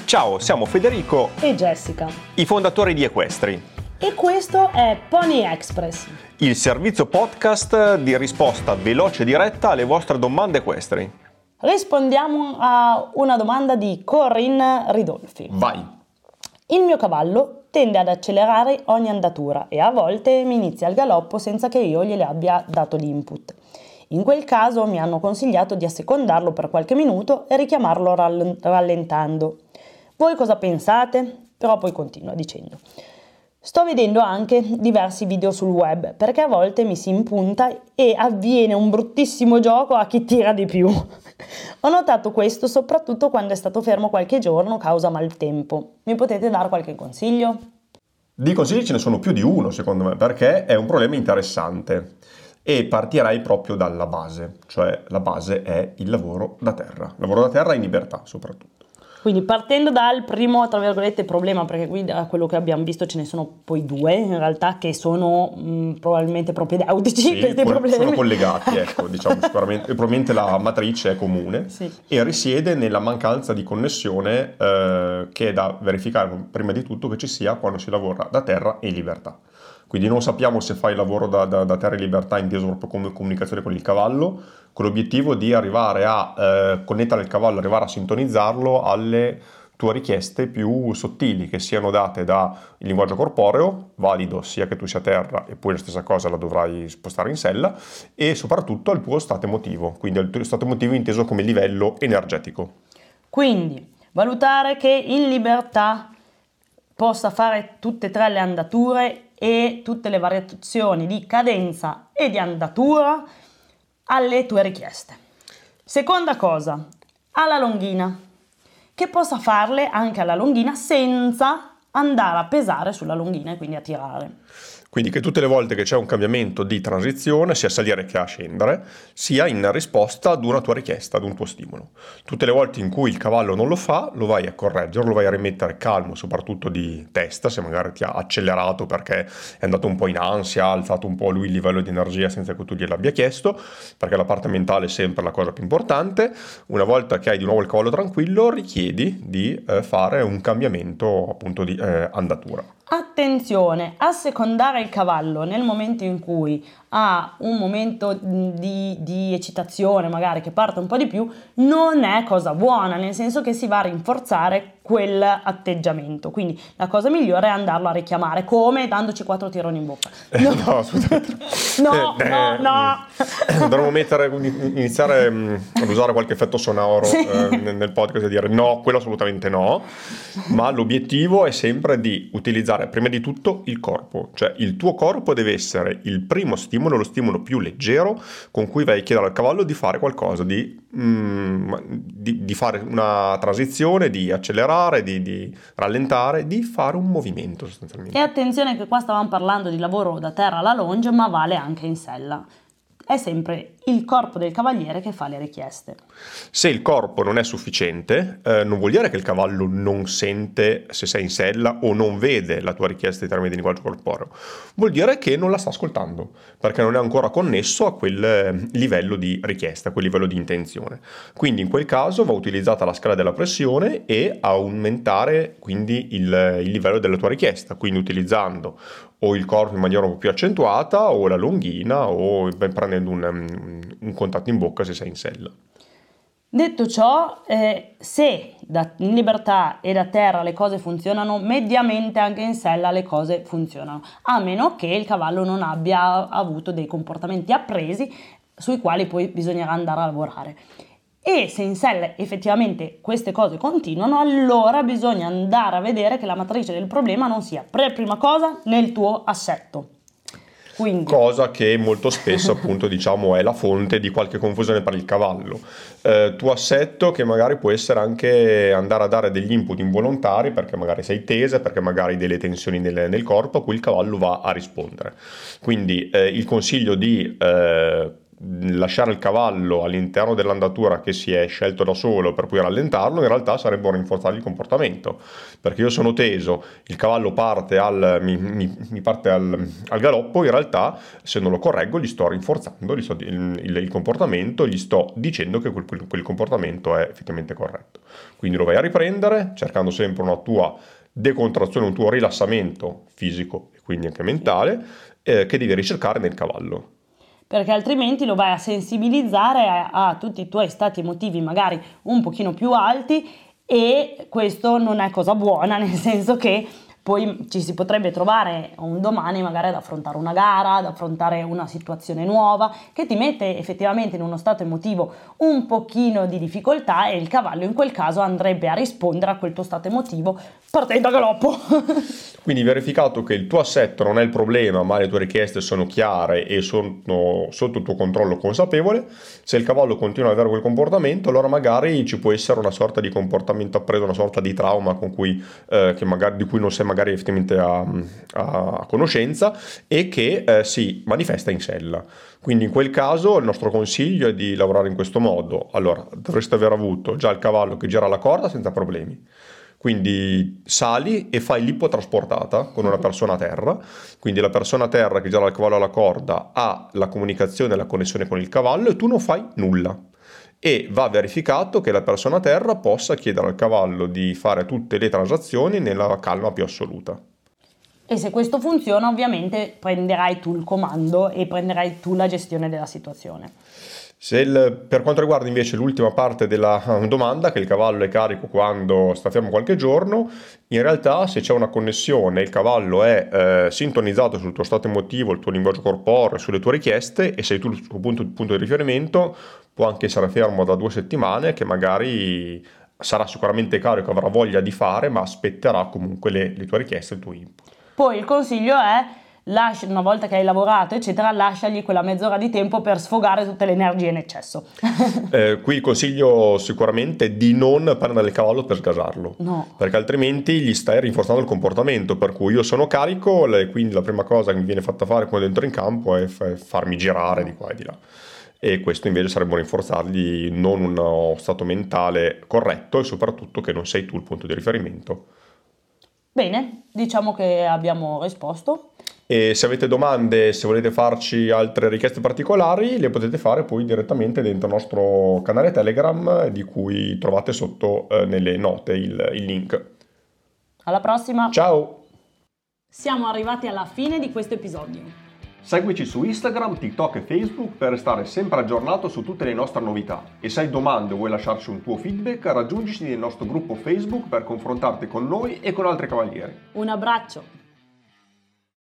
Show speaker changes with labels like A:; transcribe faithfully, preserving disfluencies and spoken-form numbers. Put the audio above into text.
A: Ciao, siamo Federico
B: e Jessica,
A: i fondatori di Equestri.
B: E questo è Pony Express,
A: il servizio podcast di risposta veloce e diretta alle vostre domande equestri.
B: Rispondiamo a una domanda di Corinne Ridolfi.
A: Vai!
B: Il mio cavallo tende ad accelerare ogni andatura e a volte mi inizia il galoppo senza che io gliele abbia dato l'input. In quel caso mi hanno consigliato di assecondarlo per qualche minuto e richiamarlo rallentando. Voi cosa pensate? Però poi continua dicendo: sto vedendo anche diversi video sul web perché a volte mi si impunta e avviene un bruttissimo gioco a chi tira di più. Ho notato questo soprattutto quando è stato fermo qualche giorno causa maltempo. Mi potete dare qualche consiglio?
A: Di consigli ce ne sono più di uno secondo me, perché è un problema interessante. E partirei proprio dalla base, cioè la base è il lavoro da terra, lavoro da terra in libertà soprattutto.
B: Quindi partendo dal primo, tra virgolette, problema, perché qui da quello che abbiamo visto ce ne sono poi due in realtà che sono mh, probabilmente propedeutici,
A: sì,
B: questi
A: co-
B: problemi.
A: Sono collegati, ecco, diciamo sicuramente, probabilmente la matrice è comune, sì. E risiede nella mancanza di connessione eh, che è da verificare prima di tutto che ci sia quando si lavora da terra e in libertà. Quindi non sappiamo se fai il lavoro da, da, da terra in libertà inteso proprio come comunicazione con il cavallo, con l'obiettivo di arrivare a eh, connettere il cavallo, arrivare a sintonizzarlo alle tue richieste più sottili, che siano date dal linguaggio corporeo, valido sia che tu sia a terra e poi la stessa cosa la dovrai spostare in sella, e soprattutto al tuo stato emotivo, quindi al tuo stato emotivo inteso come livello energetico.
B: Quindi valutare che in libertà possa fare tutte e tre le andature e tutte le variazioni di cadenza e di andatura alle tue richieste. Seconda cosa, alla longhina, che possa farle anche alla longhina senza andare a pesare sulla longhina e quindi a tirare.
A: Quindi che tutte le volte che c'è un cambiamento di transizione, sia salire che a scendere, sia in risposta ad una tua richiesta, ad un tuo stimolo. Tutte le volte in cui il cavallo non lo fa, lo vai a correggere, lo vai a rimettere calmo, soprattutto di testa, se magari ti ha accelerato perché è andato un po' in ansia, ha alzato un po' lui il livello di energia senza che tu gliel'abbia chiesto, perché la parte mentale è sempre la cosa più importante. Una volta che hai di nuovo il cavallo tranquillo, richiedi di eh, fare un cambiamento appunto di eh, andatura.
B: Attenzione, assecondare il cavallo nel momento in cui ha un momento di, di eccitazione, magari che parte un po' di più, non è cosa buona, nel senso che si va a rinforzare quell'atteggiamento. Quindi la cosa migliore è andarlo a richiamare, come dandoci quattro tironi in bocca.
A: No, no, assolutamente.
B: no, no, no.
A: Dovremmo mettere, iniziare ad usare qualche effetto sonoro sì. eh, nel podcast e dire no, quello assolutamente no, ma l'obiettivo è sempre di utilizzare prima di tutto il corpo, cioè il tuo corpo deve essere il primo stimolo, lo stimolo più leggero con cui vai a chiedere al cavallo di fare qualcosa, di, mm, di, di fare una transizione, di accelerare, di, di rallentare, di fare un movimento sostanzialmente.
B: E attenzione che qua stavamo parlando di lavoro da terra alla longe, ma vale anche in sella. È sempre il corpo del cavaliere che fa le richieste.
A: Se il corpo non è sufficiente, eh, non vuol dire che il cavallo non sente se sei in sella o non vede la tua richiesta in termini di linguaggio corporeo. Vuol dire che non la sta ascoltando, perché non è ancora connesso a quel livello di richiesta, a quel livello di intenzione. Quindi in quel caso va utilizzata la scala della pressione e aumentare quindi il, il livello della tua richiesta, quindi utilizzando o il corpo in maniera un po' più accentuata o la longhina o prendendo un, un contatto in bocca se sei in sella.
B: Detto ciò, eh, se da, in libertà e da terra le cose funzionano, mediamente anche in sella le cose funzionano, a meno che il cavallo non abbia avuto dei comportamenti appresi sui quali poi bisognerà andare a lavorare. E se in sella effettivamente queste cose continuano, allora bisogna andare a vedere che la matrice del problema non sia per prima cosa nel tuo assetto. Quindi.
A: Cosa che molto spesso appunto diciamo è la fonte di qualche confusione per il cavallo. Eh, tuo assetto che magari può essere anche andare a dare degli input involontari perché magari sei tesa, perché magari hai delle tensioni nel, nel corpo a cui il cavallo va a rispondere. Quindi eh, il consiglio di eh, lasciare il cavallo all'interno dell'andatura che si è scelto da solo per poi rallentarlo, in realtà sarebbe rinforzare il comportamento, perché io sono teso, il cavallo parte al, mi, mi, mi parte al, al galoppo, in realtà se non lo correggo gli sto rinforzando gli sto, il, il, il comportamento, gli sto dicendo che quel, quel, quel comportamento è effettivamente corretto. Quindi lo vai a riprendere cercando sempre una tua decontrazione, un tuo rilassamento fisico e quindi anche mentale, eh, che devi ricercare nel cavallo.
B: Perché altrimenti lo vai a sensibilizzare a, a tutti i tuoi stati emotivi magari un pochino più alti, e questo non è cosa buona, nel senso che poi ci si potrebbe trovare un domani magari ad affrontare una gara, ad affrontare una situazione nuova che ti mette effettivamente in uno stato emotivo un pochino di difficoltà, e il cavallo in quel caso andrebbe a rispondere a quel tuo stato emotivo partendo a galoppo.
A: Quindi verificato che il tuo assetto non è il problema, ma le tue richieste sono chiare e sono sotto il tuo controllo consapevole, se il cavallo continua ad avere quel comportamento, allora magari ci può essere una sorta di comportamento appreso, una sorta di trauma con cui, eh, che magari, di cui non sei magari effettivamente a, a, a conoscenza, e che eh, si manifesta in sella. Quindi in quel caso il nostro consiglio è di lavorare in questo modo. Allora, dovreste aver avuto già il cavallo che gira la corda senza problemi. Quindi sali e fai l'ippotrasportata con una persona a terra, quindi la persona a terra che gira il cavallo alla corda ha la comunicazione e la connessione con il cavallo e tu non fai nulla. E va verificato che la persona a terra possa chiedere al cavallo di fare tutte le transazioni nella calma più assoluta.
B: E se questo funziona, ovviamente prenderai tu il comando e prenderai tu la gestione della situazione.
A: Se il, per quanto riguarda invece l'ultima parte della domanda, che il cavallo è carico quando sta fermo qualche giorno, in realtà se c'è una connessione, il cavallo è eh, sintonizzato sul tuo stato emotivo, il tuo linguaggio corporeo, sulle tue richieste, e sei tu il tuo punto, punto di riferimento, può anche essere fermo da due settimane, che magari sarà sicuramente carico, avrà voglia di fare, ma aspetterà comunque le, le tue richieste, il tuo input.
B: Poi il consiglio è: lascia, una volta che hai lavorato eccetera, lasciagli quella mezz'ora di tempo per sfogare tutte le energie in eccesso.
A: eh, qui il consiglio sicuramente è di non prendere il cavallo per sgasarlo,
B: no.
A: Perché altrimenti gli stai rinforzando il comportamento, per cui io sono carico e quindi la prima cosa che mi viene fatta fare quando entro in campo è farmi girare di qua e di là, e questo invece sarebbe rinforzargli non uno stato mentale corretto e soprattutto che non sei tu il punto di riferimento.
B: Bene, diciamo che abbiamo risposto.
A: E se avete domande, se volete farci altre richieste particolari, le potete fare poi direttamente dentro il nostro canale Telegram, di cui trovate sotto eh, nelle note il, il link.
B: Alla prossima!
A: Ciao!
B: Siamo arrivati alla fine di questo episodio.
A: Seguici su Instagram, TikTok e Facebook per restare sempre aggiornato su tutte le nostre novità. E se hai domande o vuoi lasciarci un tuo feedback, raggiungici nel nostro gruppo Facebook per confrontarti con noi e con altri cavalieri.
B: Un abbraccio!